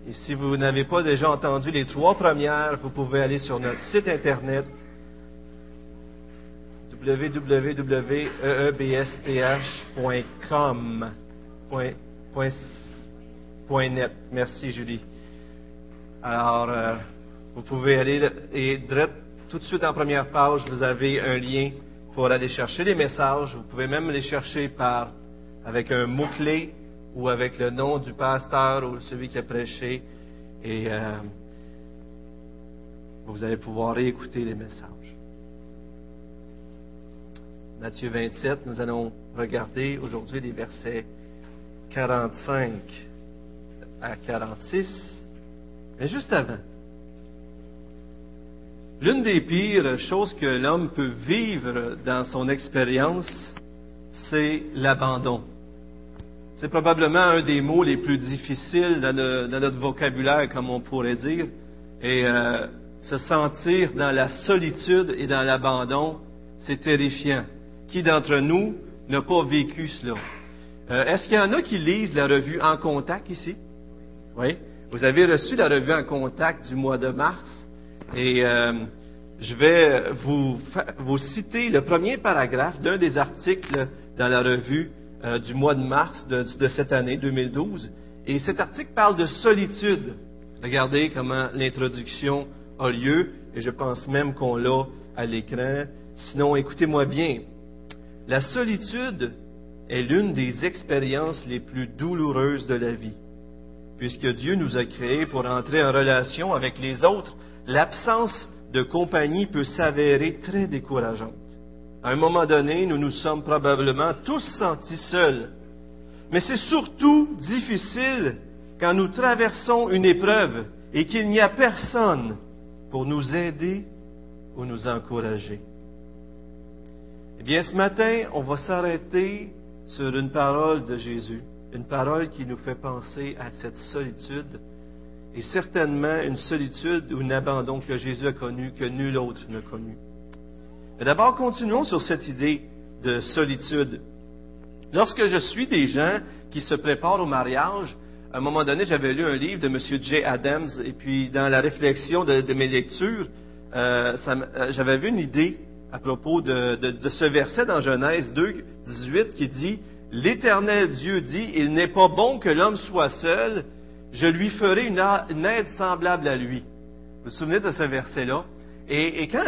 Et si vous n'avez pas déjà entendu les 3 premières, vous pouvez aller sur notre site Internet www.eebsth.com.net. Merci, Julie. Alors, vous pouvez aller et direct, tout de suite en première page, vous avez un lien pour aller chercher les messages. Vous pouvez même les chercher avec un mot-clé ou avec le nom du pasteur ou celui qui a prêché. Et vous allez pouvoir réécouter les messages. Matthieu 27, nous allons regarder aujourd'hui les versets 45 à 46. Mais juste avant, l'une des pires choses que l'homme peut vivre dans son expérience, c'est l'abandon. C'est probablement un des mots les plus difficiles dans notre vocabulaire, comme on pourrait dire. Et se sentir dans la solitude et dans l'abandon, c'est terrifiant. Qui d'entre nous n'a pas vécu cela? Est-ce qu'il y en a qui lisent la revue En Contact ici? Oui. Vous avez reçu la revue En Contact du mois de mars. Et je vais vous citer le premier paragraphe d'un des articles dans la revue du mois de mars de cette année, 2012. Et cet article parle de solitude. Regardez comment l'introduction a lieu, et je pense même qu'on l'a à l'écran. Sinon, écoutez-moi bien. La solitude est l'une des expériences les plus douloureuses de la vie. Puisque Dieu nous a créés pour entrer en relation avec les autres, l'absence de compagnie peut s'avérer très décourageante. À un moment donné, nous nous sommes probablement tous sentis seuls. Mais c'est surtout difficile quand nous traversons une épreuve et qu'il n'y a personne pour nous aider ou nous encourager. Eh bien, ce matin, on va s'arrêter sur une parole de Jésus, une parole qui nous fait penser à cette solitude, et certainement une solitude ou un abandon que Jésus a connu, que nul autre n'a connu. Mais d'abord, continuons sur cette idée de solitude. Lorsque je suis des gens qui se préparent au mariage, à un moment donné, j'avais lu un livre de M. J. Adams, et puis dans la réflexion de mes lectures, j'avais vu une idée à propos de ce verset dans Genèse 2, 18, qui dit « L'Éternel Dieu dit, il n'est pas bon que l'homme soit seul, je lui ferai une aide semblable à lui. » Vous vous souvenez de ce verset-là? Et quand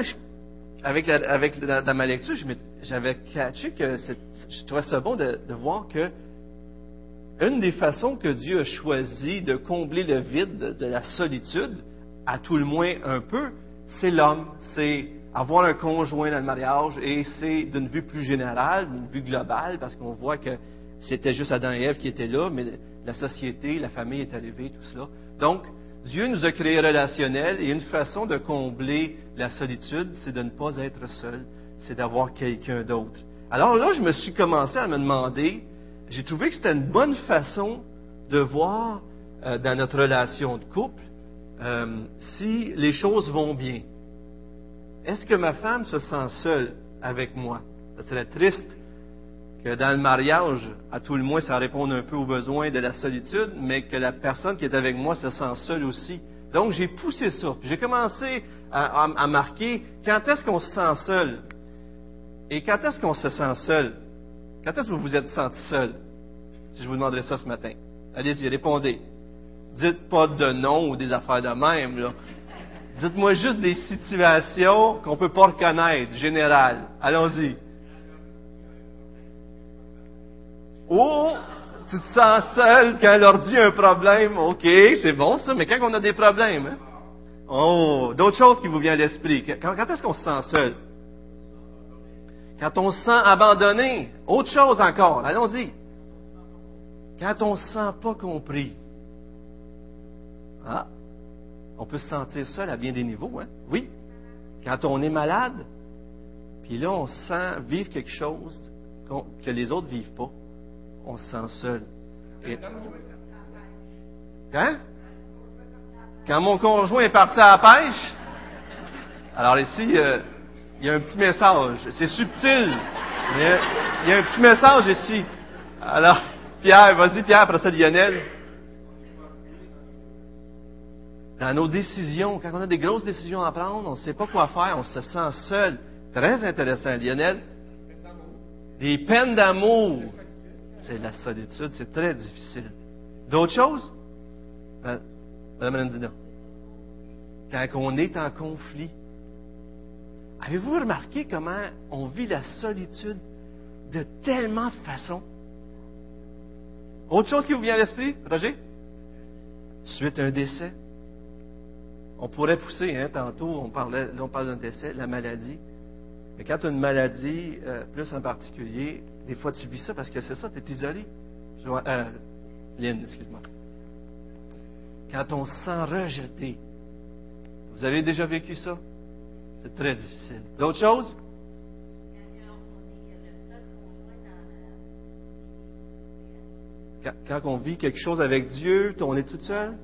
dans ma lecture, j'avais catché que je trouvais ça bon de voir que une des façons que Dieu a choisi de combler le vide de la solitude, à tout le moins un peu, c'est l'homme, c'est avoir un conjoint dans le mariage, et c'est d'une vue plus générale, d'une vue globale, parce qu'on voit que c'était juste Adam et Ève qui étaient là, mais la société, la famille est arrivée, tout cela. Donc, Dieu nous a créés relationnels, et une façon de combler la solitude, c'est de ne pas être seul, c'est d'avoir quelqu'un d'autre. Alors là, je me suis commencé à me demander, j'ai trouvé que c'était une bonne façon de voir dans notre relation de couple si les choses vont bien. Est-ce que ma femme se sent seule avec moi? Ça serait triste que dans le mariage, à tout le moins, ça réponde un peu aux besoins de la solitude, mais que la personne qui est avec moi se sent seule aussi. Donc, j'ai poussé ça. Puis j'ai commencé à marquer quand est-ce qu'on se sent seul. Et quand est-ce qu'on se sent seul? Quand est-ce que vous vous êtes senti seul? Si je vous demanderais ça ce matin. Allez-y, répondez. Dites pas de nom ou des affaires de même, là. Dites-moi juste des situations qu'on ne peut pas reconnaître, générales. Allons-y. Oh, tu te sens seul quand l'ordi a un problème. OK, c'est bon ça, mais quand on a des problèmes, hein? Oh, d'autres choses qui vous viennent à l'esprit. Quand est-ce qu'on se sent seul? Quand on se sent abandonné. Autre chose encore, allons-y. Quand on ne se sent pas compris. Ah, on peut se sentir seul à bien des niveaux, hein? Oui. Quand on est malade, puis là, on sent vivre quelque chose que les autres ne vivent pas. On se sent seul. Et... Hein? Quand mon conjoint est parti à la pêche? Alors ici, il y a un petit message. C'est subtil. Mais il y a un petit message ici. Alors, Pierre, vas-y Pierre, après ça Lionel. Dans nos décisions, quand on a des grosses décisions à prendre, on ne sait pas quoi faire, on se sent seul. Très intéressant, Lionel. Des peines d'amour. C'est la solitude, c'est très difficile. D'autres choses? Madame Randina. Quand on est en conflit. Avez-vous remarqué comment on vit la solitude de tellement de façons? Autre chose qui vous vient à l'esprit, Roger? Suite à un décès. On pourrait pousser, tantôt, on parle d'un décès, la maladie. Mais quand tu as une maladie, plus en particulier, des fois tu vis ça parce que c'est ça, tu es isolé. Lynn, excuse-moi. Quand on se sent rejeté, vous avez déjà vécu ça? C'est très difficile. D'autres choses? Quand on vit quelque chose avec Dieu, on est tout seul?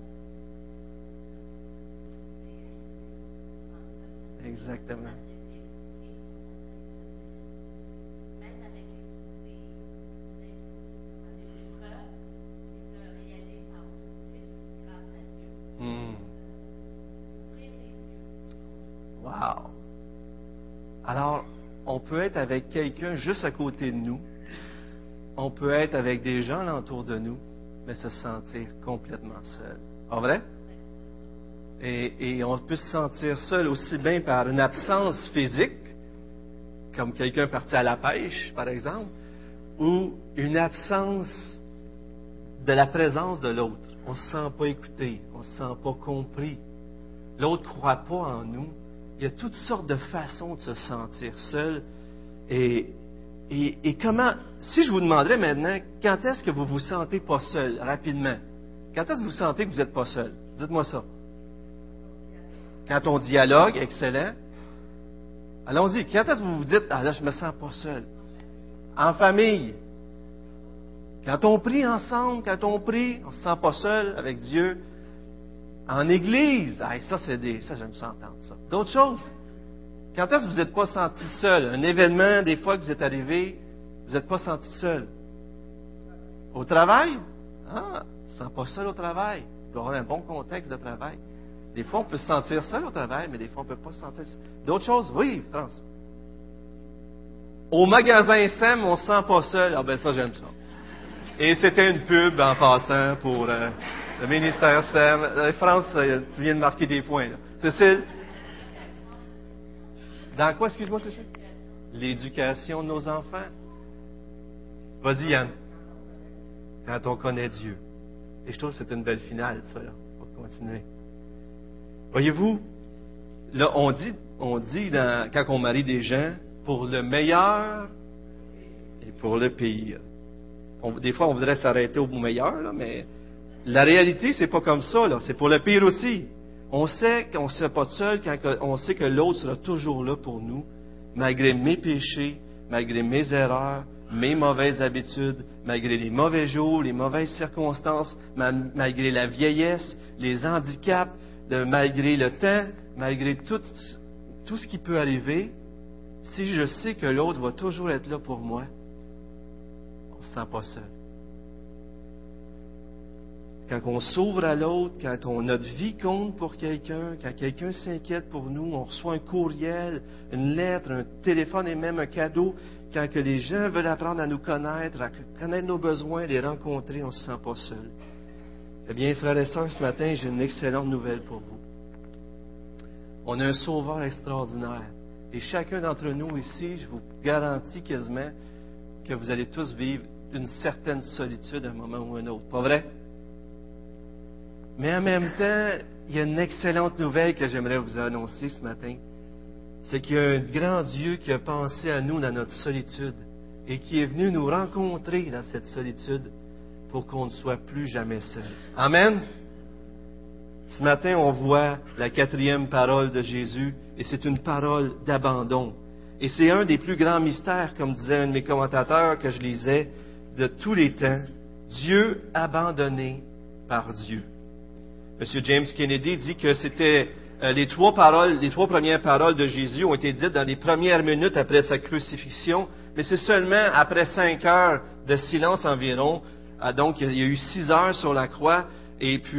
Exactement. Wow. Alors, on peut être avec quelqu'un juste à côté de nous. On peut être avec des gens alentour de nous, mais se sentir complètement seul. Pas vrai? Et on peut se sentir seul aussi bien par une absence physique, comme quelqu'un parti à la pêche, par exemple, ou une absence de la présence de l'autre. On ne se sent pas écouté, on ne se sent pas compris. L'autre ne croit pas en nous. Il y a toutes sortes de façons de se sentir seul. Et comment, si je vous demanderais maintenant, quand est-ce que vous vous sentez pas seul, rapidement? Quand est-ce que vous sentez que vous n'êtes pas seul? Dites-moi ça. Quand on dialogue, excellent. Allons-y. Quand est-ce que vous vous dites, ah là, je me sens pas seul? En famille. Quand on prie ensemble, on se sent pas seul avec Dieu. En Église, ça j'aime ça entendre ça. D'autres choses? Quand est-ce que vous n'êtes pas senti seul? Un événement, des fois que vous êtes arrivé, vous n'êtes pas senti seul. Au travail? Ah, on ne se sent pas seul au travail. Il doit y avoir un bon contexte de travail. Des fois, on peut se sentir seul au travail, mais des fois, on ne peut pas se sentir seul. D'autres choses? Oui, France. Au magasin SEM, on ne se sent pas seul. Ah ben ça, j'aime ça. Et c'était une pub en passant pour le ministère SEM. France, tu viens de marquer des points. Là. Cécile? Dans quoi, excuse-moi, Cécile? L'éducation de nos enfants. Vas-y, Yann. Quand on connaît Dieu. Et je trouve que c'est une belle finale, ça, là. On va continuer. Voyez-vous, là, on dit quand on marie des gens, pour le meilleur et pour le pire. Des fois, on voudrait s'arrêter au meilleur, là, mais la réalité, c'est pas comme ça, là. C'est pour le pire aussi. On sait qu'on ne sera pas seul quand on sait que l'autre sera toujours là pour nous, malgré mes péchés, malgré mes erreurs, mes mauvaises habitudes, malgré les mauvais jours, les mauvaises circonstances, malgré la vieillesse, les handicaps, malgré le temps, malgré tout ce qui peut arriver. Si je sais que l'autre va toujours être là pour moi, on ne se sent pas seul. Quand on s'ouvre à l'autre, quand notre vie compte pour quelqu'un, quand quelqu'un s'inquiète pour nous, on reçoit un courriel, une lettre, un téléphone et même un cadeau, quand que les gens veulent apprendre à nous connaître, à connaître nos besoins, les rencontrer, on ne se sent pas seul. Eh bien, frères et sœurs, ce matin, j'ai une excellente nouvelle pour vous. On a un sauveur extraordinaire. Et chacun d'entre nous ici, je vous garantis quasiment que vous allez tous vivre une certaine solitude à un moment ou un autre. Pas vrai? Mais en même temps, il y a une excellente nouvelle que j'aimerais vous annoncer ce matin. C'est qu'il y a un grand Dieu qui a pensé à nous dans notre solitude et qui est venu nous rencontrer dans cette solitude pour qu'on ne soit plus jamais seul. Amen? Ce matin, on voit la 4e parole de Jésus et c'est une parole d'abandon. Et c'est un des plus grands mystères, comme disait un de mes commentateurs que je lisais, de tous les temps. Dieu abandonné par Dieu. M. James Kennedy dit que c'était les trois premières paroles de Jésus ont été dites dans les premières minutes après sa crucifixion, mais c'est seulement après 5 heures de silence environ. Donc, il y a eu 6 heures sur la croix, et puis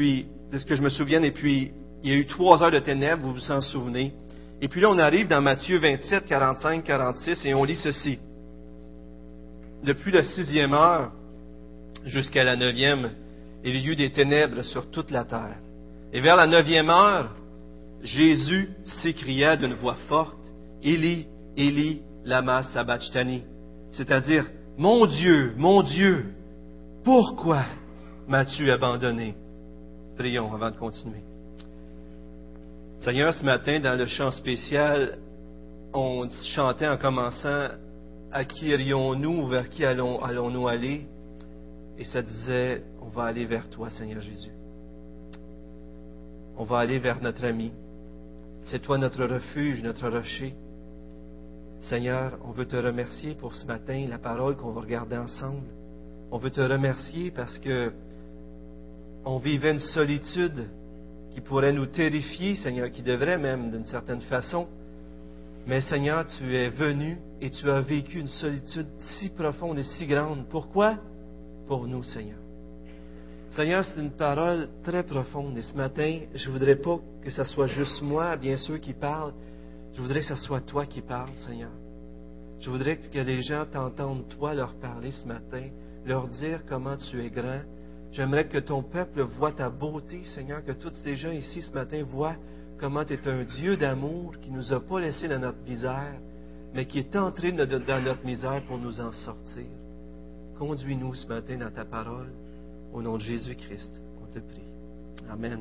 de ce que je me souvienne. Et puis, il y a eu 3 heures de ténèbres, vous vous en souvenez. Et puis là, on arrive dans Matthieu 27, 45, 46, et on lit ceci. Depuis la 6e heure jusqu'à la 9e, il y eut des ténèbres sur toute la terre. Et vers la 9e heure, Jésus s'écria d'une voix forte, Élie, Élie, lama sabachthani. C'est-à-dire, mon Dieu, pourquoi m'as-tu abandonné? Prions avant de continuer. Seigneur, ce matin, dans le chant spécial, on chantait en commençant « À qui irions-nous? Vers qui allons-nous aller? » Et ça disait « On va aller vers toi, Seigneur Jésus. On va aller vers notre ami. C'est toi notre refuge, notre rocher. Seigneur, on veut te remercier pour ce matin, la parole qu'on va regarder ensemble. On veut te remercier parce que on vivait une solitude qui pourrait nous terrifier, Seigneur, qui devrait même d'une certaine façon. Mais Seigneur, tu es venu et tu as vécu une solitude si profonde et si grande. Pourquoi? Pour nous, Seigneur. Seigneur, c'est une parole très profonde. Et ce matin, je ne voudrais pas que ce soit juste moi, bien sûr, qui parle. Je voudrais que ce soit toi qui parles, Seigneur. Je voudrais que les gens t'entendent, toi, leur parler ce matin, leur dire comment tu es grand. J'aimerais que ton peuple voie ta beauté, Seigneur, que tous ces gens ici ce matin voient comment tu es un Dieu d'amour qui ne nous a pas laissés dans notre misère, mais qui est entré dans notre misère pour nous en sortir. Conduis-nous ce matin dans ta parole, au nom de Jésus-Christ, on te prie. Amen.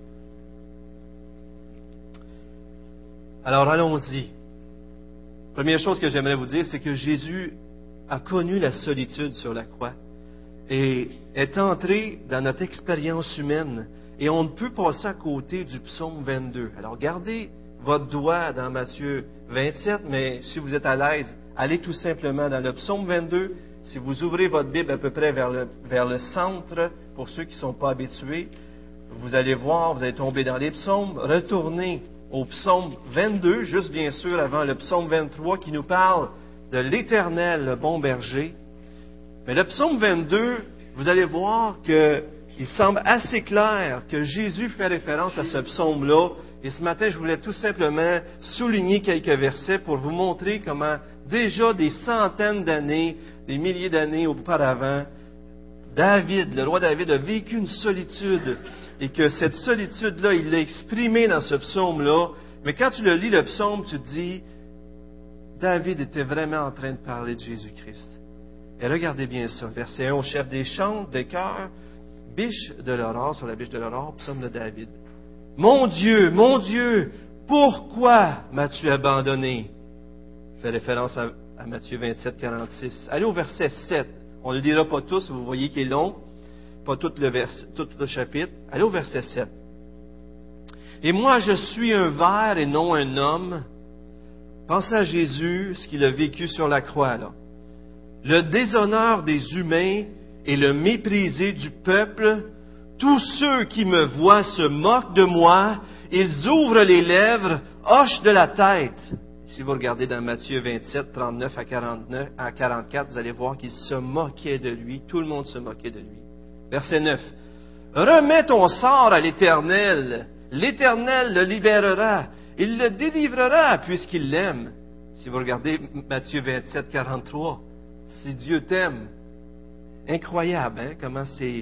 Alors allons-y. Première chose que j'aimerais vous dire, c'est que Jésus a connu la solitude sur la croix et est entré dans notre expérience humaine. Et on ne peut passer à côté du psaume 22. Alors gardez votre doigt dans Matthieu 27, mais si vous êtes à l'aise, allez tout simplement dans le psaume 22. Si vous ouvrez votre Bible à peu près vers le centre, pour ceux qui ne sont pas habitués, vous allez voir, vous allez tomber dans les psaumes. Retournez au psaume 22, juste bien sûr avant le psaume 23 qui nous parle de l'Éternel, le bon berger. Mais le psaume 22, vous allez voir qu'il semble assez clair que Jésus fait référence à ce psaume-là. Et ce matin, je voulais tout simplement souligner quelques versets pour vous montrer comment déjà des centaines d'années, des milliers d'années auparavant, David, le roi David, a vécu une solitude et que cette solitude-là, il l'a exprimée dans ce psaume-là. Mais quand tu le lis, le psaume, tu te dis, David était vraiment en train de parler de Jésus-Christ. Et regardez bien ça, verset 1, au chef des chants, des chœurs, biche de l'aurore, sur la biche de l'aurore, psaume de David. Mon Dieu, pourquoi m'as-tu abandonné? Il fait référence à Matthieu 27, 46. Allez au verset 7. On ne le lira pas tous, vous voyez qu'il est long. Pas tout le chapitre. Allez au verset 7. Et moi, je suis un ver et non un homme. Pensez à Jésus, ce qu'il a vécu sur la croix, là. Le déshonneur des humains et le méprisé du peuple. Tous ceux qui me voient se moquent de moi. Ils ouvrent les lèvres, hochent de la tête. Si vous regardez dans Matthieu 27, 39 à 44, vous allez voir qu'il se moquait de lui. Tout le monde se moquait de lui. Verset 9. Remets ton sort à l'Éternel. L'Éternel le libérera. Il le délivrera puisqu'il l'aime. Si vous regardez Matthieu 27, 43, si Dieu t'aime, incroyable, hein, comment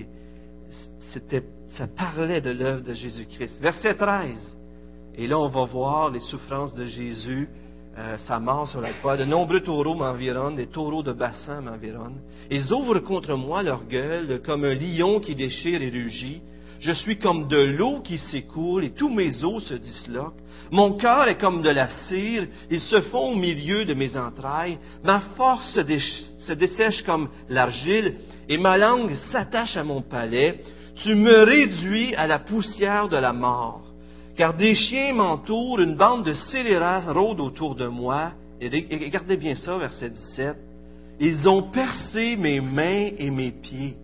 ça parlait de l'œuvre de Jésus-Christ. Verset 13. Et là, on va voir les souffrances de Jésus, sa mort sur la croix. De nombreux taureaux m'environnent, des taureaux de bassin m'environnent. Ils ouvrent contre moi leur gueule, comme un lion qui déchire et rugit. Je suis comme de l'eau qui s'écoule, et tous mes os se disloquent. Mon cœur est comme de la cire, ils se font au milieu de mes entrailles. Ma force se dessèche comme l'argile, et ma langue s'attache à mon palais. Tu me réduis à la poussière de la mort. Car des chiens m'entourent, une bande de scélérats rôde autour de moi. Et regardez bien ça, verset 17. Ils ont percé mes mains et mes pieds.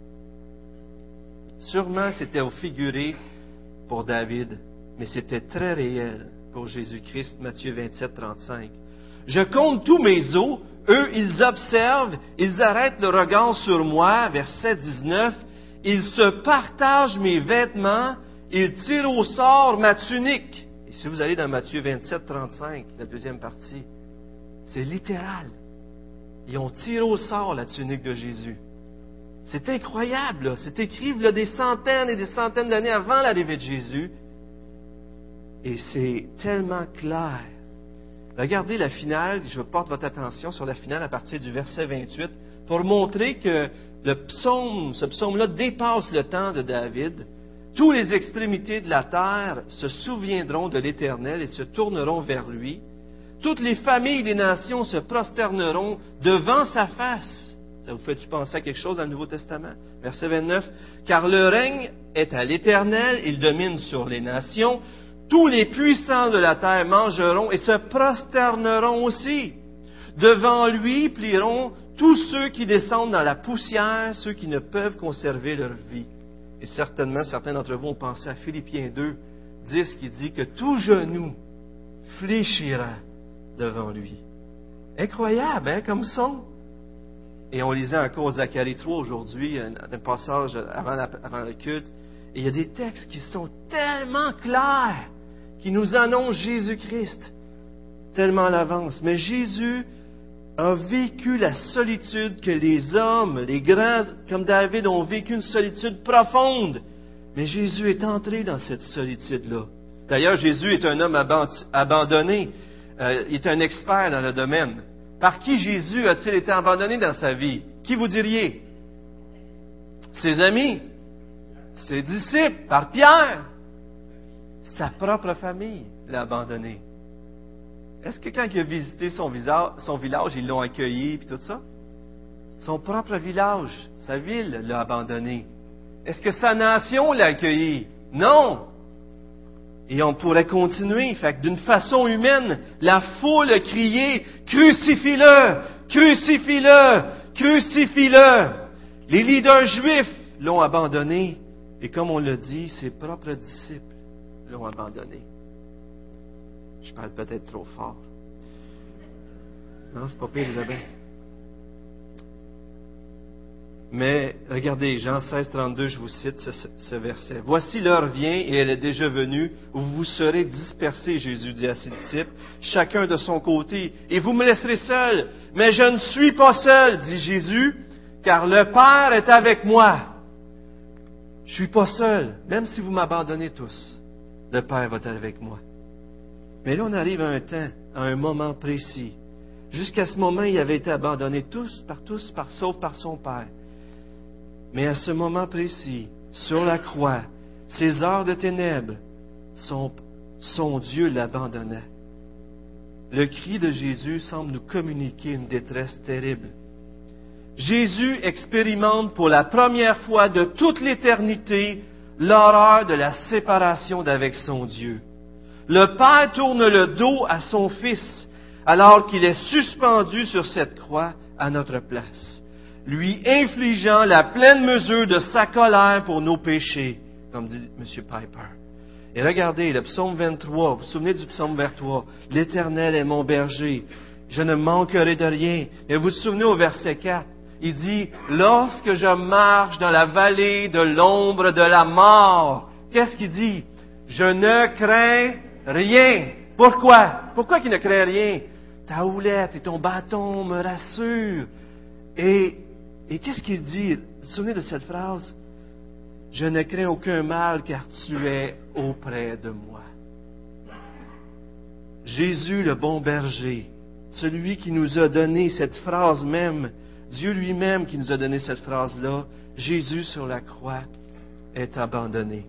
Sûrement, c'était au figuré pour David, mais c'était très réel pour Jésus-Christ, Matthieu 27, 35. Je compte tous mes os, eux, ils observent, ils arrêtent le regard sur moi, verset 19. Ils se partagent mes vêtements, ils tirent au sort ma tunique. Et si vous allez dans Matthieu 27, 35, la deuxième partie, c'est littéral. Ils ont tiré au sort la tunique de Jésus. C'est incroyable, là. C'est écrit là, des centaines et des centaines d'années avant l'arrivée de Jésus. Et c'est tellement clair. Regardez la finale, je porte votre attention sur la finale à partir du verset 28, pour montrer que ce psaume-là dépasse le temps de David. Tous les extrémités de la terre se souviendront de l'Éternel et se tourneront vers lui. Toutes les familles des nations se prosterneront devant sa face. Ça vous fait-tu penser à quelque chose dans le Nouveau Testament? Verset 29. Car le règne est à l'Éternel, il domine sur les nations. Tous les puissants de la terre mangeront et se prosterneront aussi. Devant lui plieront tous ceux qui descendent dans la poussière, ceux qui ne peuvent conserver leur vie. Et certainement, certains d'entre vous ont pensé à Philippiens 2, 10, qui dit que tout genou fléchira devant lui. Incroyable, hein, comme son. Et on lisait encore Zacharie 3 aujourd'hui, un passage avant le culte. Et il y a des textes qui sont tellement clairs, qui nous annoncent Jésus-Christ, tellement à l'avance. Mais Jésus a vécu la solitude que les hommes, les grands comme David, ont vécu une solitude profonde. Mais Jésus est entré dans cette solitude-là. D'ailleurs, Jésus est un homme abandonné. Il est un expert dans le domaine. Par qui Jésus a-t-il été abandonné dans sa vie? Qui vous diriez? Ses amis, ses disciples, par Pierre. Sa propre famille l'a abandonné. Est-ce que quand il a visité son village, ils l'ont accueilli et tout ça? Son propre village, sa ville l'a abandonné. Est-ce que sa nation l'a accueilli? Non! Et on pourrait continuer. Fait que d'une façon humaine, la foule a crié « Crucifie-le! Crucifie-le! Crucifie-le! » Les leaders juifs l'ont abandonné. Et comme on l'a dit, ses propres disciples l'ont abandonné. Je parle peut-être trop fort. Non, c'est pas pire, Isabelle. Mais regardez, Jean 16, 32, je vous cite ce verset. « Voici l'heure vient, et elle est déjà venue, où vous serez dispersés, Jésus dit à ses disciples, chacun de son côté, et vous me laisserez seul. Mais je ne suis pas seul, dit Jésus, car le Père est avec moi. Je ne suis pas seul, même si vous m'abandonnez tous, le Père va être avec moi. » Mais là, on arrive à un temps, à un moment précis. Jusqu'à ce moment, il avait été abandonné sauf par son Père. Mais à ce moment précis, sur la croix, ces heures de ténèbres, son Dieu l'abandonnait. Le cri de Jésus semble nous communiquer une détresse terrible. Jésus expérimente pour la première fois de toute l'éternité l'horreur de la séparation d'avec son Dieu. Le Père tourne le dos à son Fils alors qu'il est suspendu sur cette croix à notre place, lui infligeant la pleine mesure de sa colère pour nos péchés, comme dit M. Piper. Et regardez, le psaume 23, vous vous souvenez du psaume 23, « L'Éternel est mon berger, je ne manquerai de rien. » Et vous vous souvenez au verset 4, il dit, « Lorsque je marche dans la vallée de l'ombre de la mort, » qu'est-ce qu'il dit? « Je ne crains rien. » Pourquoi? Pourquoi qu'il ne craint rien? Ta houlette et ton bâton me rassurent. Et qu'est-ce qu'il dit? Vous vous souvenez de cette phrase? Je ne crains aucun mal car tu es auprès de moi. Jésus, le bon berger, celui qui nous a donné cette phrase même, Dieu lui-même qui nous a donné cette phrase-là, Jésus sur la croix est abandonné.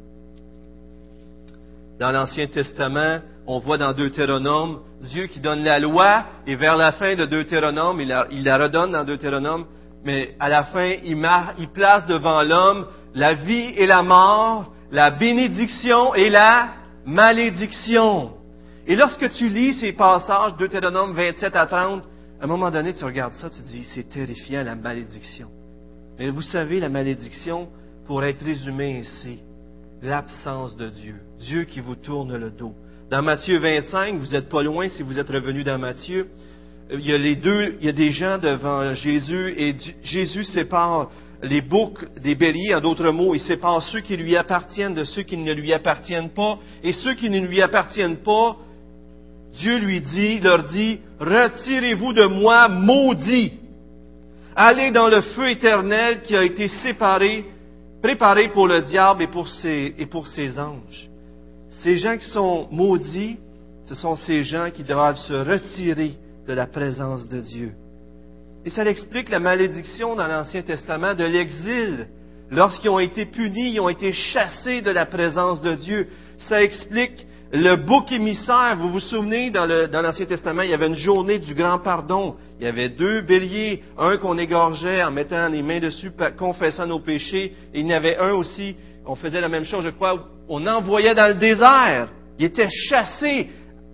Dans l'Ancien Testament, on voit dans Deutéronome, Dieu qui donne la loi, et vers la fin de Deutéronome, il la redonne dans Deutéronome, mais à la fin, il place devant l'homme la vie et la mort, la bénédiction et la malédiction. Et lorsque tu lis ces passages, Deutéronome 27 à 30, à un moment donné, tu regardes ça, tu te dis, c'est terrifiant, la malédiction. Mais vous savez, la malédiction pourrait être résumée ainsi. L'absence de Dieu. Dieu qui vous tourne le dos. Dans Matthieu 25, vous n'êtes pas loin si vous êtes revenu dans Matthieu. Il y a des gens devant Jésus et Jésus sépare les boucs des béliers, en d'autres mots, il sépare ceux qui lui appartiennent de ceux qui ne lui appartiennent pas. Et ceux qui ne lui appartiennent pas, Dieu leur dit, retirez-vous de moi, maudits. Allez dans le feu éternel qui a été préparé pour le diable et pour ses anges. Ces gens qui sont maudits, ce sont ces gens qui doivent se retirer de la présence de Dieu. Et ça explique la malédiction dans l'Ancien Testament de l'exil. Lorsqu'ils ont été punis, ils ont été chassés de la présence de Dieu. Ça explique le bouc émissaire. Vous vous souvenez, dans l'Ancien Testament, il y avait une journée du grand pardon. Il y avait 2 béliers, un qu'on égorgeait en mettant les mains dessus, confessant nos péchés. Et il y en avait un aussi, on faisait la même chose, je crois, on envoyait dans le désert. Il était chassé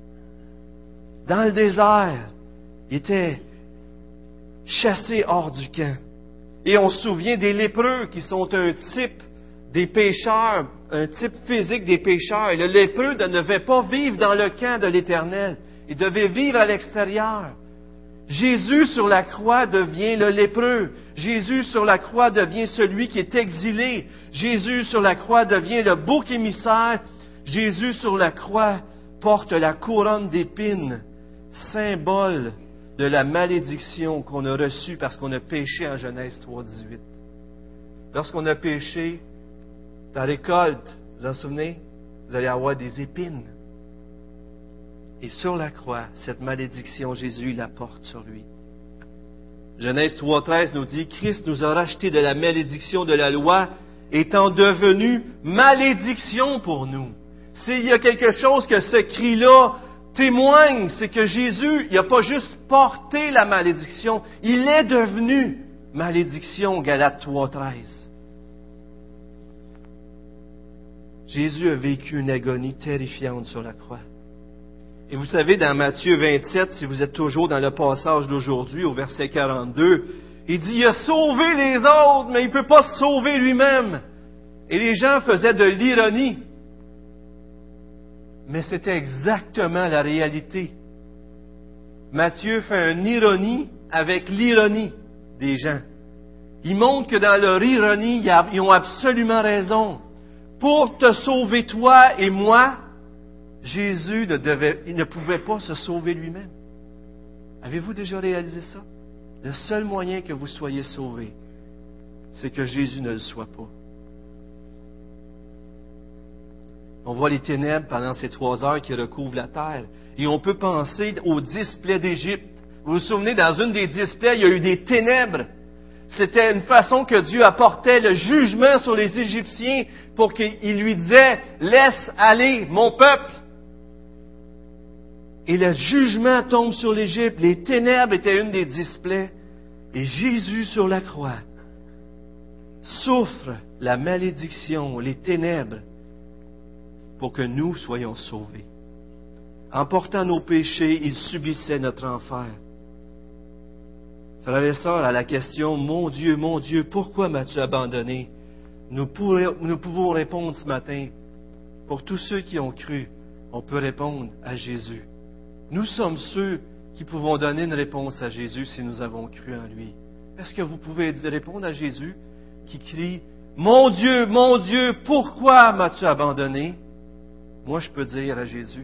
dans le désert. Il était chassé hors du camp. Et on se souvient des lépreux qui sont un type des pécheurs, un type physique des pécheurs. Et le lépreux ne devait pas vivre dans le camp de l'Éternel. Il devait vivre à l'extérieur. Jésus sur la croix devient le lépreux. Jésus sur la croix devient celui qui est exilé. Jésus sur la croix devient le bouc émissaire. Jésus sur la croix porte la couronne d'épines, symbole de la malédiction qu'on a reçue parce qu'on a péché en Genèse 3,18. Lorsqu'on a péché, la récolte, vous en souvenez, vous allez avoir des épines. Et sur la croix, cette malédiction, Jésus la porte sur lui. Genèse 3,13 nous dit, Christ nous a rachetés de la malédiction de la loi, étant devenu malédiction pour nous. S'il y a quelque chose que ce cri-là témoigne, c'est que Jésus, il n'a pas juste porté la malédiction, il est devenu malédiction, Galates 3,13. Jésus a vécu une agonie terrifiante sur la croix. Et vous savez, dans Matthieu 27, si vous êtes toujours dans le passage d'aujourd'hui, au verset 42, il dit, il a sauvé les autres, mais il ne peut pas se sauver lui-même. Et les gens faisaient de l'ironie. Mais c'était exactement la réalité. Matthieu fait une ironie avec l'ironie des gens. Il montre que dans leur ironie, ils ont absolument raison. Pour te sauver toi et moi, Jésus il ne pouvait pas se sauver lui-même. Avez-vous déjà réalisé ça? Le seul moyen que vous soyez sauvés, c'est que Jésus ne le soit pas. On voit les ténèbres pendant ces 3 heures qui recouvrent la terre. Et on peut penser aux 10 plaies d'Égypte. Vous vous souvenez, dans une des 10 plaies, il y a eu des ténèbres. C'était une façon que Dieu apportait le jugement sur les Égyptiens pour qu'il lui disait, laisse aller mon peuple. Et le jugement tombe sur l'Égypte. Les ténèbres étaient une des 10 plaies. Et Jésus sur la croix souffre la malédiction, les ténèbres, pour que nous soyons sauvés. En portant nos péchés, il subissait notre enfer. Frères et sœurs, à la question « Mon Dieu, pourquoi m'as-tu abandonné ?» nous pouvons répondre ce matin. Pour tous ceux qui ont cru, on peut répondre à Jésus. Nous sommes ceux qui pouvons donner une réponse à Jésus si nous avons cru en lui. Est-ce que vous pouvez répondre à Jésus qui crie « Mon Dieu, pourquoi m'as-tu abandonné ?» Moi, je peux dire à Jésus,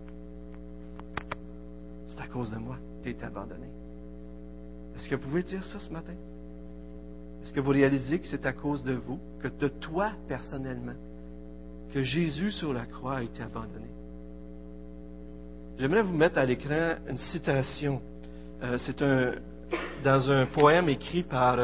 c'est à cause de moi que tu as été abandonné. Est-ce que vous pouvez dire ça ce matin? Est-ce que vous réalisez que c'est à cause de vous, que de toi personnellement, que Jésus sur la croix a été abandonné? J'aimerais vous mettre à l'écran une citation. C'est dans un poème écrit par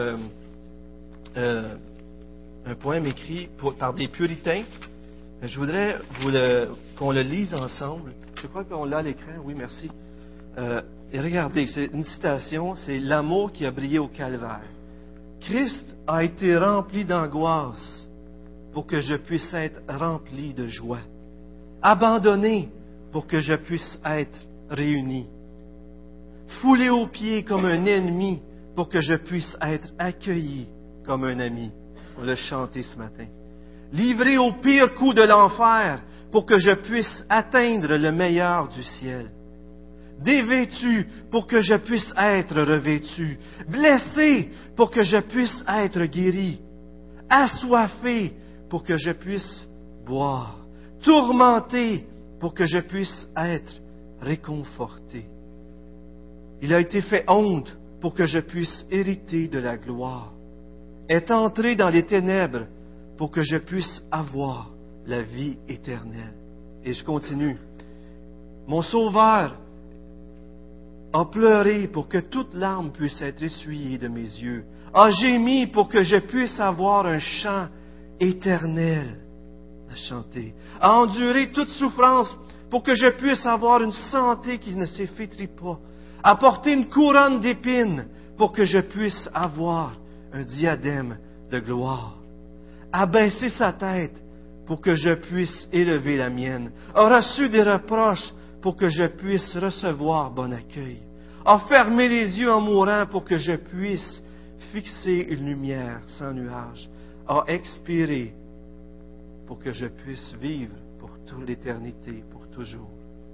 des puritains. Je voudrais qu'on le lise ensemble. Je crois qu'on l'a à l'écran. Oui, merci. Et regardez, c'est une citation, c'est « L'amour qui a brillé au calvaire. Christ a été rempli d'angoisse pour que je puisse être rempli de joie. Abandonné pour que je puisse être réuni. Foulé aux pieds comme un ennemi pour que je puisse être accueilli comme un ami. » On l'a chanté ce matin. Livré au pire coup de l'enfer pour que je puisse atteindre le meilleur du ciel. dévêtu pour que je puisse être revêtu, blessé pour que je puisse être guéri, assoiffé pour que je puisse boire, tourmenté pour que je puisse être réconforté. Il a été fait honte pour que je puisse hériter de la gloire, est entré dans les ténèbres pour que je puisse avoir la vie éternelle. Et je continue. Mon Sauveur a pleuré pour que toute larme puisse être essuyée de mes yeux, a gémi pour que je puisse avoir un chant éternel à chanter, a enduré toute souffrance pour que je puisse avoir une santé qui ne s'effétrit pas, a porté une couronne d'épines pour que je puisse avoir un diadème de gloire, a baissé sa tête pour que je puisse élever la mienne, a reçu des reproches pour que je puisse recevoir bon accueil, a fermé les yeux en mourant pour que je puisse fixer une lumière sans nuage, a expiré pour que je puisse vivre pour toute l'éternité, pour toujours.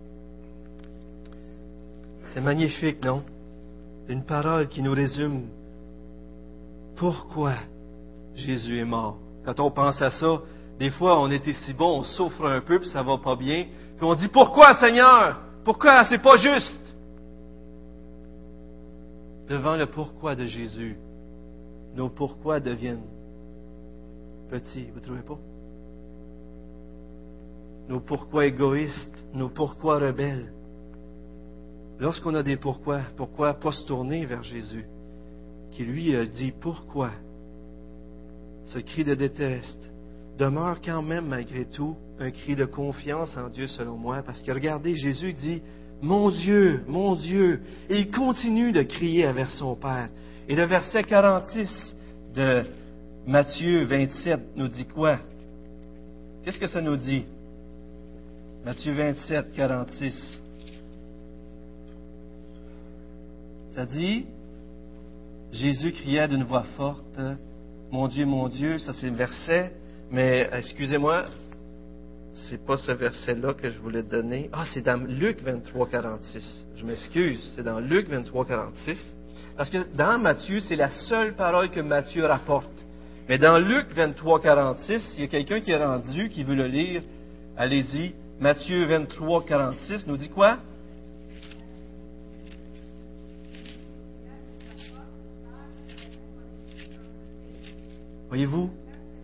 C'est magnifique, non? Une parole qui nous résume pourquoi Jésus est mort. Quand on pense à ça, des fois on était si bon, on souffre un peu puis ça va pas bien, puis on dit pourquoi Seigneur? Pourquoi? C'est pas juste. Devant le pourquoi de Jésus, nos pourquoi deviennent petits, vous ne trouvez pas? Nos pourquoi égoïstes, nos pourquoi rebelles. Lorsqu'on a des pourquoi pas se tourner vers Jésus, qui lui a dit pourquoi? Ce cri de détresse demeure quand même malgré tout un cri de confiance en Dieu selon moi, parce que regardez, Jésus dit mon Dieu, et il continue de crier vers son Père. Et le verset 46 de Matthieu 27 nous dit quoi? Qu'est-ce que ça nous dit? Matthieu 27, 46. Ça dit, Jésus cria d'une voix forte, mon Dieu, ça c'est le verset, mais excusez-moi, c'est pas ce verset-là que je voulais donner. Ah, c'est dans Luc 23, 46. Je m'excuse, c'est dans Luc 23, 46. Parce que dans Matthieu, c'est la seule parole que Matthieu rapporte. Mais dans Luc 23, 46, il y a quelqu'un qui est rendu, qui veut le lire. Allez-y. Matthieu 23, 46 nous dit quoi? Voyez-vous?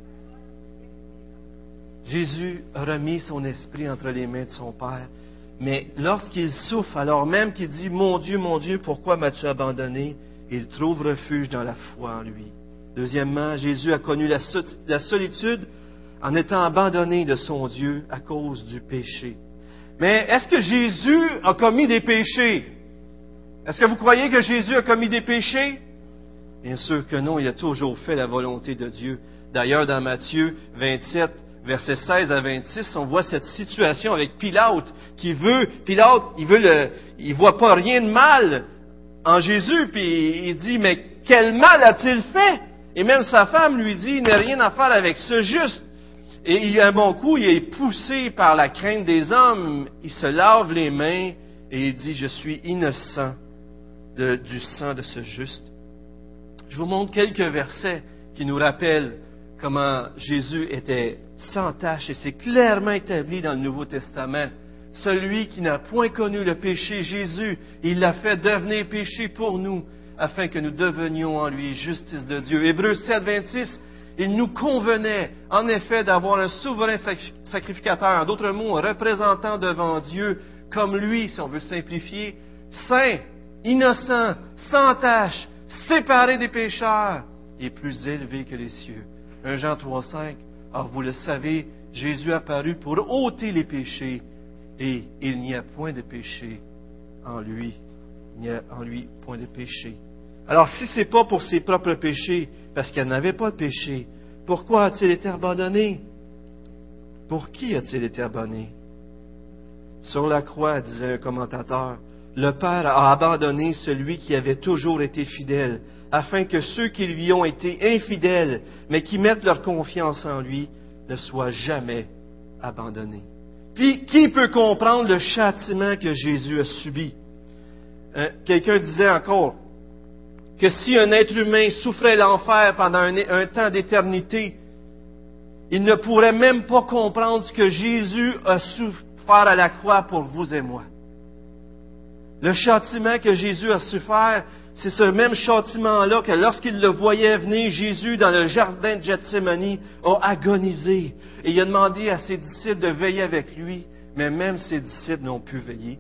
Jésus a remis son esprit entre les mains de son Père. Mais lorsqu'il souffre, alors même qu'il dit « Mon Dieu, pourquoi m'as-tu abandonné ?» il trouve refuge dans la foi en lui. Deuxièmement, Jésus a connu la solitude en étant abandonné de son Dieu à cause du péché. Mais est-ce que Jésus a commis des péchés? Est-ce que vous croyez que Jésus a commis des péchés? Bien sûr que non, il a toujours fait la volonté de Dieu. D'ailleurs, dans Matthieu 27, versets 16 à 26, on voit cette situation avec Pilate il voit pas rien de mal en Jésus, puis il dit, mais quel mal a-t-il fait? Et même sa femme lui dit, il n'a rien à faire avec ce juste. Et il a un bon coup, il est poussé par la crainte des hommes, il se lave les mains et il dit, je suis innocent du sang de ce juste. Je vous montre quelques versets qui nous rappellent comment Jésus était sans tache, et c'est clairement établi dans le Nouveau Testament. Celui qui n'a point connu le péché, Jésus, il l'a fait devenir péché pour nous, afin que nous devenions en lui justice de Dieu. Hébreux 7, 26, il nous convenait, en effet, d'avoir un souverain sacrificateur, en d'autres mots, un représentant devant Dieu, comme lui, si on veut simplifier, saint, innocent, sans tache, séparé des pécheurs, et plus élevé que les cieux. 1 Jean 3, 5, or vous le savez, Jésus apparut pour ôter les péchés, et il n'y a point de péché en lui. Il n'y a en lui point de péché. Alors, si ce n'est pas pour ses propres péchés, parce qu'il n'avait pas de péché, pourquoi a-t-il été abandonné? Pour qui a-t-il été abandonné? Sur la croix, disait un commentateur, le Père a abandonné celui qui avait toujours été fidèle, afin que ceux qui lui ont été infidèles, mais qui mettent leur confiance en lui, ne soient jamais abandonnés. Puis, qui peut comprendre le châtiment que Jésus a subi? Quelqu'un disait encore que si un être humain souffrait l'enfer pendant un temps d'éternité, il ne pourrait même pas comprendre ce que Jésus a souffert à la croix pour vous et moi. Le châtiment que Jésus a souffert, c'est ce même châtiment-là que lorsqu'il le voyait venir, Jésus, dans le jardin de Gethsémani, a agonisé. Et il a demandé à ses disciples de veiller avec lui, mais même ses disciples n'ont pu veiller.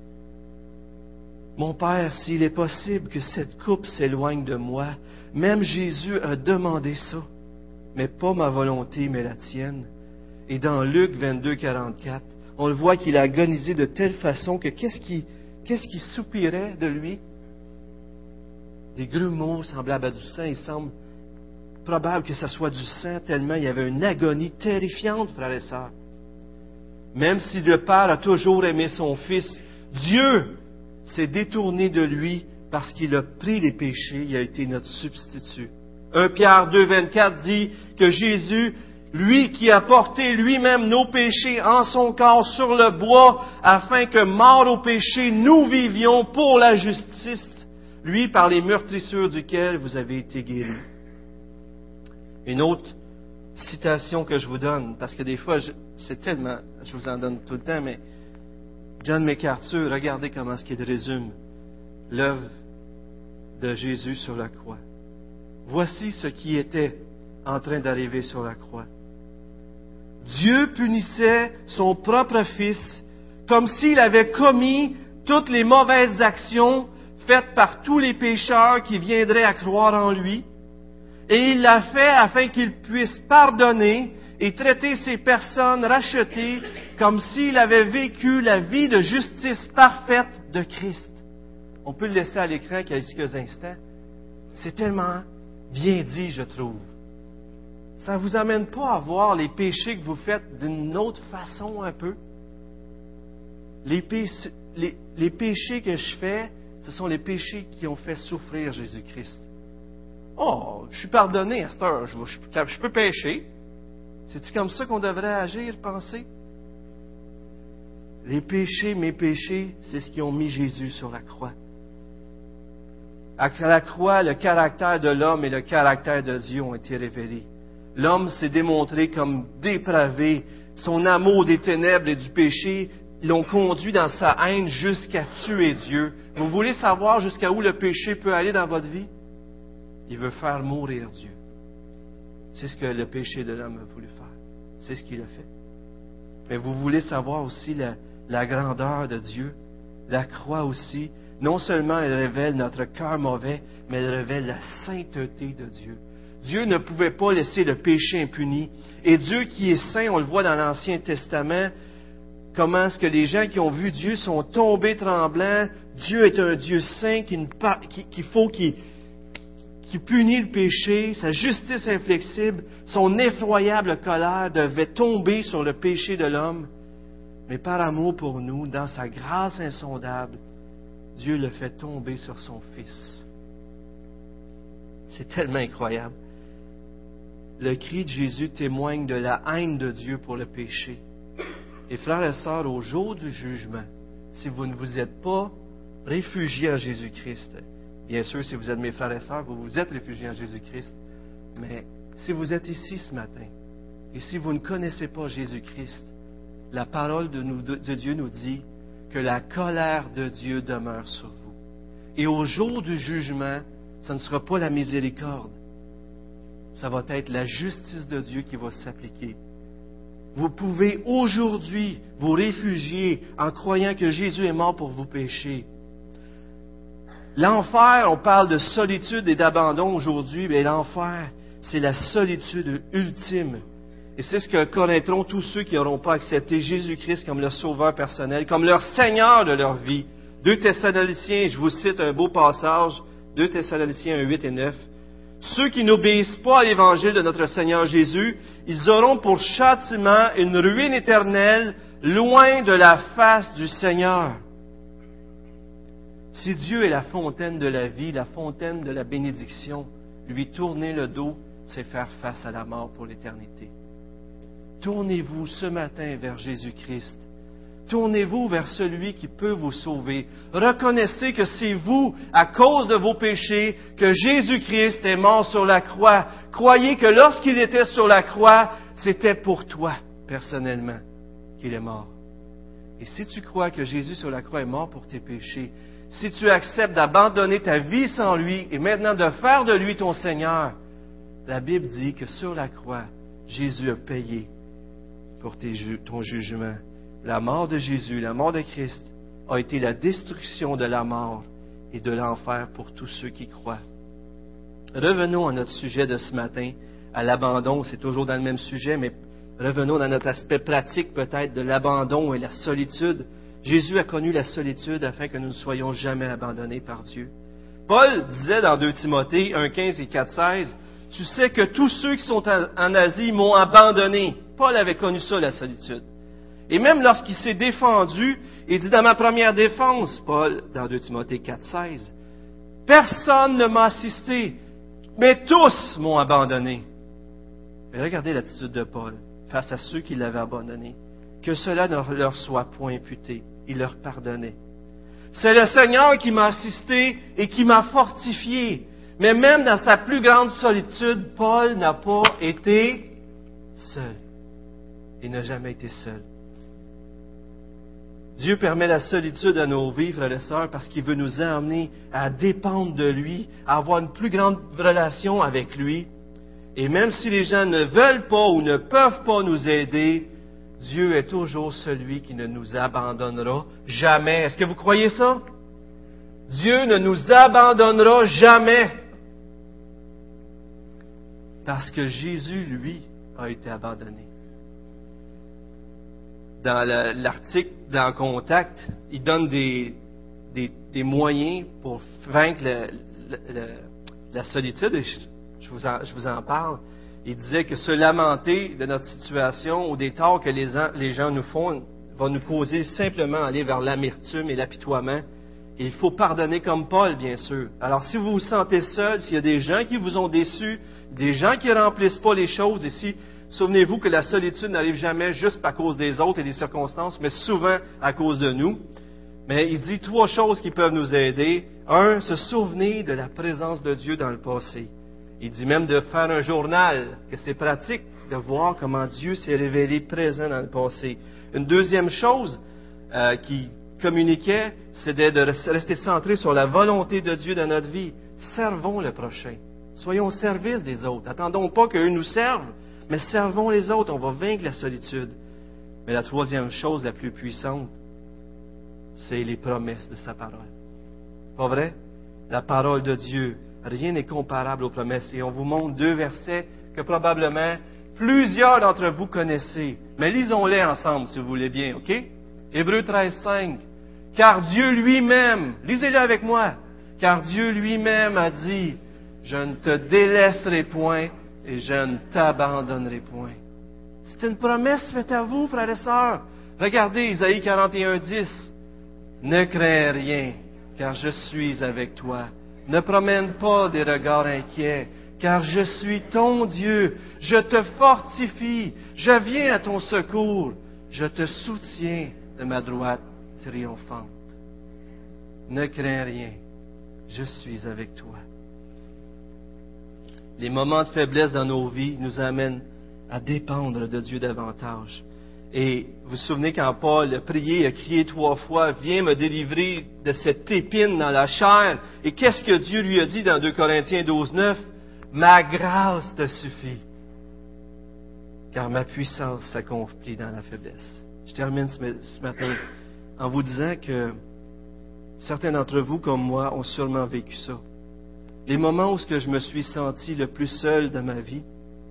Mon Père, s'il est possible que cette coupe s'éloigne de moi, même Jésus a demandé ça, mais pas ma volonté, mais la tienne. Et dans Luc 22, 44, on le voit qu'il a agonisé de telle façon que qu'est-ce qui soupirait de lui? Des grumeaux semblables à du sang. Il semble probable que ce soit du sang, tellement il y avait une agonie terrifiante, frères et sœurs. Même si le Père a toujours aimé son Fils, Dieu s'est détourné de lui parce qu'il a pris les péchés, il a été notre substitut. 1 Pierre 2, 24 dit que Jésus, lui qui a porté lui-même nos péchés en son corps sur le bois, afin que, morts au péché, nous vivions pour la justice, lui par les meurtrissures duquel vous avez été guéris. Une autre citation que je vous donne, parce que des fois, je vous en donne tout le temps, mais John MacArthur, regardez comment est-ce qu'il résume l'œuvre de Jésus sur la croix. Voici ce qui était en train d'arriver sur la croix. Dieu punissait son propre Fils comme s'il avait commis toutes les mauvaises actions faites par tous les pécheurs qui viendraient à croire en lui, et il l'a fait afin qu'il puisse pardonner et traiter ces personnes rachetées comme s'il avait vécu la vie de justice parfaite de Christ. On peut le laisser à l'écran quelques instants. C'est tellement bien dit, je trouve. Ça ne vous amène pas à voir les péchés que vous faites d'une autre façon un peu? Les péchés que je fais, ce sont les péchés qui ont fait souffrir Jésus-Christ. Oh, je suis pardonné à cette heure, je peux pécher. C'est-tu comme ça qu'on devrait agir, penser? Les péchés, mes péchés, c'est ce qui ont mis Jésus sur la croix. À la croix, le caractère de l'homme et le caractère de Dieu ont été révélés. L'homme s'est démontré comme dépravé. Son amour des ténèbres et du péché l'ont conduit dans sa haine jusqu'à tuer Dieu. Vous voulez savoir jusqu'à où le péché peut aller dans votre vie? Il veut faire mourir Dieu. C'est ce que le péché de l'homme a voulu faire. C'est ce qu'il a fait. Mais vous voulez savoir aussi la grandeur de Dieu? La croix aussi, non seulement elle révèle notre cœur mauvais, mais elle révèle la sainteté de Dieu. Dieu ne pouvait pas laisser le péché impuni. Et Dieu qui est saint, on le voit dans l'Ancien Testament, comment est-ce que les gens qui ont vu Dieu sont tombés tremblants. Dieu est un Dieu saint qui punit le péché, sa justice inflexible, son effroyable colère devait tomber sur le péché de l'homme. Mais par amour pour nous, dans sa grâce insondable, Dieu le fait tomber sur son Fils. C'est tellement incroyable. Le cri de Jésus témoigne de la haine de Dieu pour le péché. Et frères et sœurs, au jour du jugement, si vous ne vous êtes pas réfugiés en Jésus-Christ, bien sûr, si vous êtes mes frères et sœurs, vous vous êtes réfugiés en Jésus-Christ, mais si vous êtes ici ce matin, et si vous ne connaissez pas Jésus-Christ, la parole de Dieu nous dit que la colère de Dieu demeure sur vous. Et au jour du jugement, ce ne sera pas la miséricorde, ça va être la justice de Dieu qui va s'appliquer. Vous pouvez aujourd'hui vous réfugier en croyant que Jésus est mort pour vos péchés. L'enfer, on parle de solitude et d'abandon aujourd'hui, mais l'enfer, c'est la solitude ultime. Et c'est ce que connaîtront tous ceux qui n'auront pas accepté Jésus-Christ comme leur sauveur personnel, comme leur Seigneur de leur vie. 2 Thessaloniciens, je vous cite un beau passage, 2 Thessaloniciens 1, 8 et 9. Ceux qui n'obéissent pas à l'évangile de notre Seigneur Jésus, ils auront pour châtiment une ruine éternelle, loin de la face du Seigneur. Si Dieu est la fontaine de la vie, la fontaine de la bénédiction, lui tourner le dos, c'est faire face à la mort pour l'éternité. Tournez-vous ce matin vers Jésus-Christ. tournez-vous vers celui qui peut vous sauver. Reconnaissez que c'est vous, à cause de vos péchés, que Jésus-Christ est mort sur la croix. Croyez que lorsqu'il était sur la croix, c'était pour toi, personnellement, qu'il est mort. Et si tu crois que Jésus sur la croix est mort pour tes péchés, si tu acceptes d'abandonner ta vie sans lui et maintenant de faire de lui ton Seigneur, la Bible dit que sur la croix, Jésus a payé pour ton jugement. La mort de Jésus, la mort de Christ, a été la destruction de la mort et de l'enfer pour tous ceux qui croient. Revenons à notre sujet de ce matin, à l'abandon. C'est toujours dans le même sujet, mais revenons dans notre aspect pratique peut-être de l'abandon et la solitude. Jésus a connu la solitude afin que nous ne soyons jamais abandonnés par Dieu. Paul disait dans 2 Timothée 1,15 et 4,16, « Tu sais que tous ceux qui sont en Asie m'ont abandonné. » Paul avait connu ça, la solitude. Et même lorsqu'il s'est défendu, il dit dans ma première défense, Paul, dans 2 Timothée 4,16, « Personne ne m'a assisté, mais tous m'ont abandonné. » Mais regardez l'attitude de Paul face à ceux qui l'avaient abandonné. Que cela ne leur soit point imputé. Il leur pardonnait. C'est le Seigneur qui m'a assisté et qui m'a fortifié. Mais même dans sa plus grande solitude, Paul n'a pas été seul. Il n'a jamais été seul. Dieu permet la solitude à nos vies, frères et sœurs, parce qu'il veut nous amener à dépendre de lui, à avoir une plus grande relation avec lui. Et même si les gens ne veulent pas ou ne peuvent pas nous aider, Dieu est toujours celui qui ne nous abandonnera jamais. Est-ce que vous croyez ça? Dieu ne nous abandonnera jamais. Parce que Jésus, lui, a été abandonné. Dans l'article dans Contact, il donne des moyens pour vaincre la solitude. Et je vous en parle. Il disait que se lamenter de notre situation ou des torts que les gens nous font va nous causer simplement aller vers l'amertume et l'apitoiement. Et il faut pardonner comme Paul, bien sûr. Alors, si vous vous sentez seul, s'il y a des gens qui vous ont déçus, des gens qui ne remplissent pas les choses, ici, souvenez-vous que la solitude n'arrive jamais juste à cause des autres et des circonstances, mais souvent à cause de nous. Mais il dit 3 choses qui peuvent nous aider. 1, se souvenir de la présence de Dieu dans le passé. Il dit même de faire un journal, que c'est pratique de voir comment Dieu s'est révélé présent dans le passé. Une deuxième chose qui communiquait, c'était de rester centré sur la volonté de Dieu dans notre vie. Servons le prochain. Soyons au service des autres. Attendons pas qu'eux nous servent, mais servons les autres. On va vaincre la solitude. Mais la troisième chose la plus puissante, c'est les promesses de sa parole. Pas vrai? La parole de Dieu. Rien n'est comparable aux promesses. Et on vous montre 2 versets que probablement plusieurs d'entre vous connaissez. Mais lisons-les ensemble, si vous voulez bien, OK? Hébreux 13,5. Car Dieu lui-même, lisez-le avec moi, car Dieu lui-même a dit, je ne te délaisserai point et je ne t'abandonnerai point. C'est une promesse faite à vous, frères et sœurs. Regardez Isaïe 41,10. Ne crains rien, car je suis avec toi. Ne promène pas des regards inquiets, car je suis ton Dieu. Je te fortifie. Je viens à ton secours. Je te soutiens de ma droite triomphante. Ne crains rien. Je suis avec toi. Les moments de faiblesse dans nos vies nous amènent à dépendre de Dieu davantage. Et vous vous souvenez quand Paul a prié, a crié 3 fois, « Viens me délivrer de cette épine dans la chair. » Et qu'est-ce que Dieu lui a dit dans 2 Corinthiens 12,9? « Ma grâce te suffit, car ma puissance s'accomplit dans la faiblesse. » Je termine ce matin en vous disant que certains d'entre vous, comme moi, ont sûrement vécu ça. Les moments où je me suis senti le plus seul de ma vie,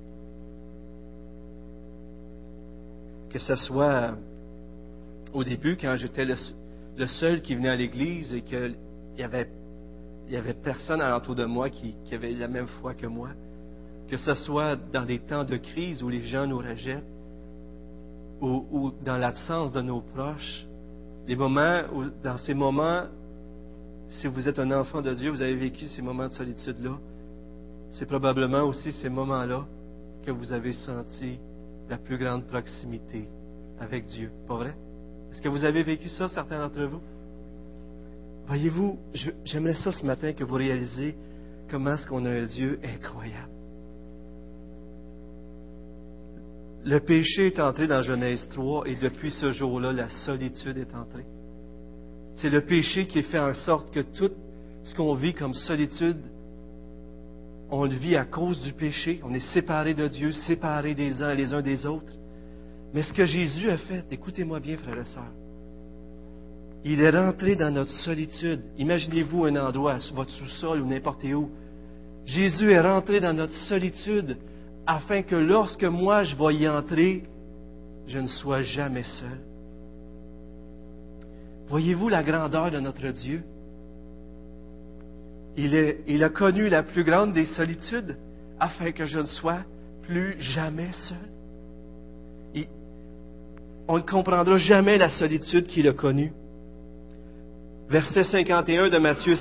que ce soit au début, quand j'étais le seul qui venait à l'église et qu'il y avait personne alentour de moi qui avait la même foi que moi, que ce soit dans des temps de crise où les gens nous rejettent, ou dans l'absence de nos proches, dans ces moments, si vous êtes un enfant de Dieu, vous avez vécu ces moments de solitude-là, c'est probablement aussi ces moments-là que vous avez senti la plus grande proximité avec Dieu. Pas vrai? Est-ce que vous avez vécu ça, certains d'entre vous? Voyez-vous, j'aimerais ça ce matin que vous réalisez comment est-ce qu'on a un Dieu incroyable. Le péché est entré dans Genèse 3 et depuis ce jour-là, la solitude est entrée. C'est le péché qui fait en sorte que tout ce qu'on vit comme solitude, on le vit à cause du péché. On est séparés de Dieu, séparés les uns des autres. Mais ce que Jésus a fait, écoutez-moi bien, frères et sœurs, il est rentré dans notre solitude. Imaginez-vous un endroit, votre sous-sol ou n'importe où. Jésus est rentré dans notre solitude afin que lorsque moi je vais y entrer, je ne sois jamais seul. Voyez-vous la grandeur de notre Dieu? Il a connu la plus grande des solitudes afin que je ne sois plus jamais seul. On ne comprendra jamais la solitude qu'il a connue. Verset 51 de Matthieu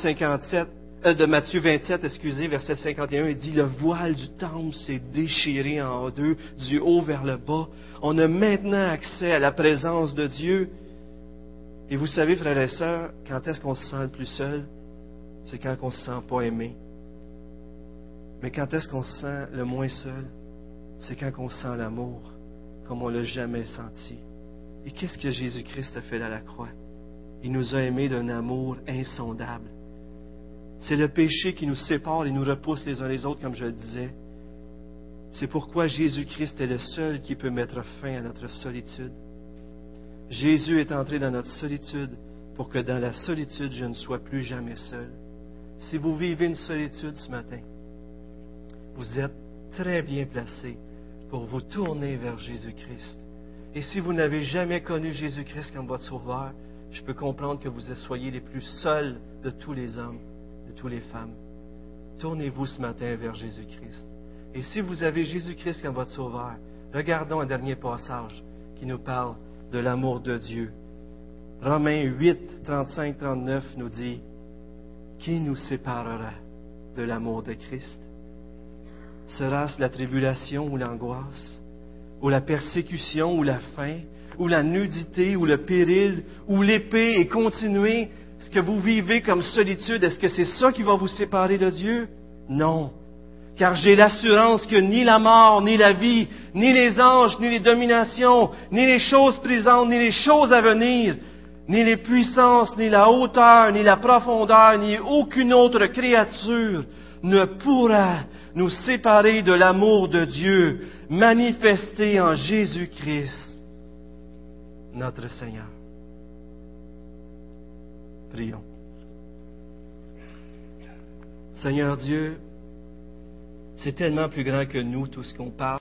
27, verset 51, il dit, le voile du temple s'est déchiré en deux, du haut vers le bas. On a maintenant accès à la présence de Dieu. Et vous savez, frères et sœurs, quand est-ce qu'on se sent le plus seul? C'est quand on ne se sent pas aimé. Mais quand est-ce qu'on se sent le moins seul? C'est quand on sent l'amour, comme on ne l'a jamais senti. Et qu'est-ce que Jésus-Christ a fait à la croix? Il nous a aimés d'un amour insondable. C'est le péché qui nous sépare et nous repousse les uns les autres, comme je le disais. C'est pourquoi Jésus-Christ est le seul qui peut mettre fin à notre solitude. Jésus est entré dans notre solitude pour que dans la solitude, je ne sois plus jamais seul. Si vous vivez une solitude ce matin, vous êtes très bien placé pour vous tourner vers Jésus-Christ. Et si vous n'avez jamais connu Jésus-Christ comme votre sauveur, je peux comprendre que vous soyez les plus seuls de tous les hommes, de toutes les femmes. Tournez-vous ce matin vers Jésus-Christ. Et si vous avez Jésus-Christ comme votre sauveur, regardons un dernier passage qui nous parle de l'amour de Dieu. Romains 8, 35-39 nous dit, « Qui nous séparera de l'amour de Christ? Sera-ce la tribulation ou l'angoisse, ou la persécution ou la faim, ou la nudité ou le péril, ou l'épée? » Et continuez, ce que vous vivez comme solitude, est-ce que c'est ça qui va vous séparer de Dieu? Non. Car j'ai l'assurance que ni la mort, ni la vie, ni les anges, ni les dominations, ni les choses présentes, ni les choses à venir, ni les puissances, ni la hauteur, ni la profondeur, ni aucune autre créature ne pourra nous séparer de l'amour de Dieu manifesté en Jésus-Christ, notre Seigneur. Prions. Seigneur Dieu, c'est tellement plus grand que nous, tout ce qu'on parle.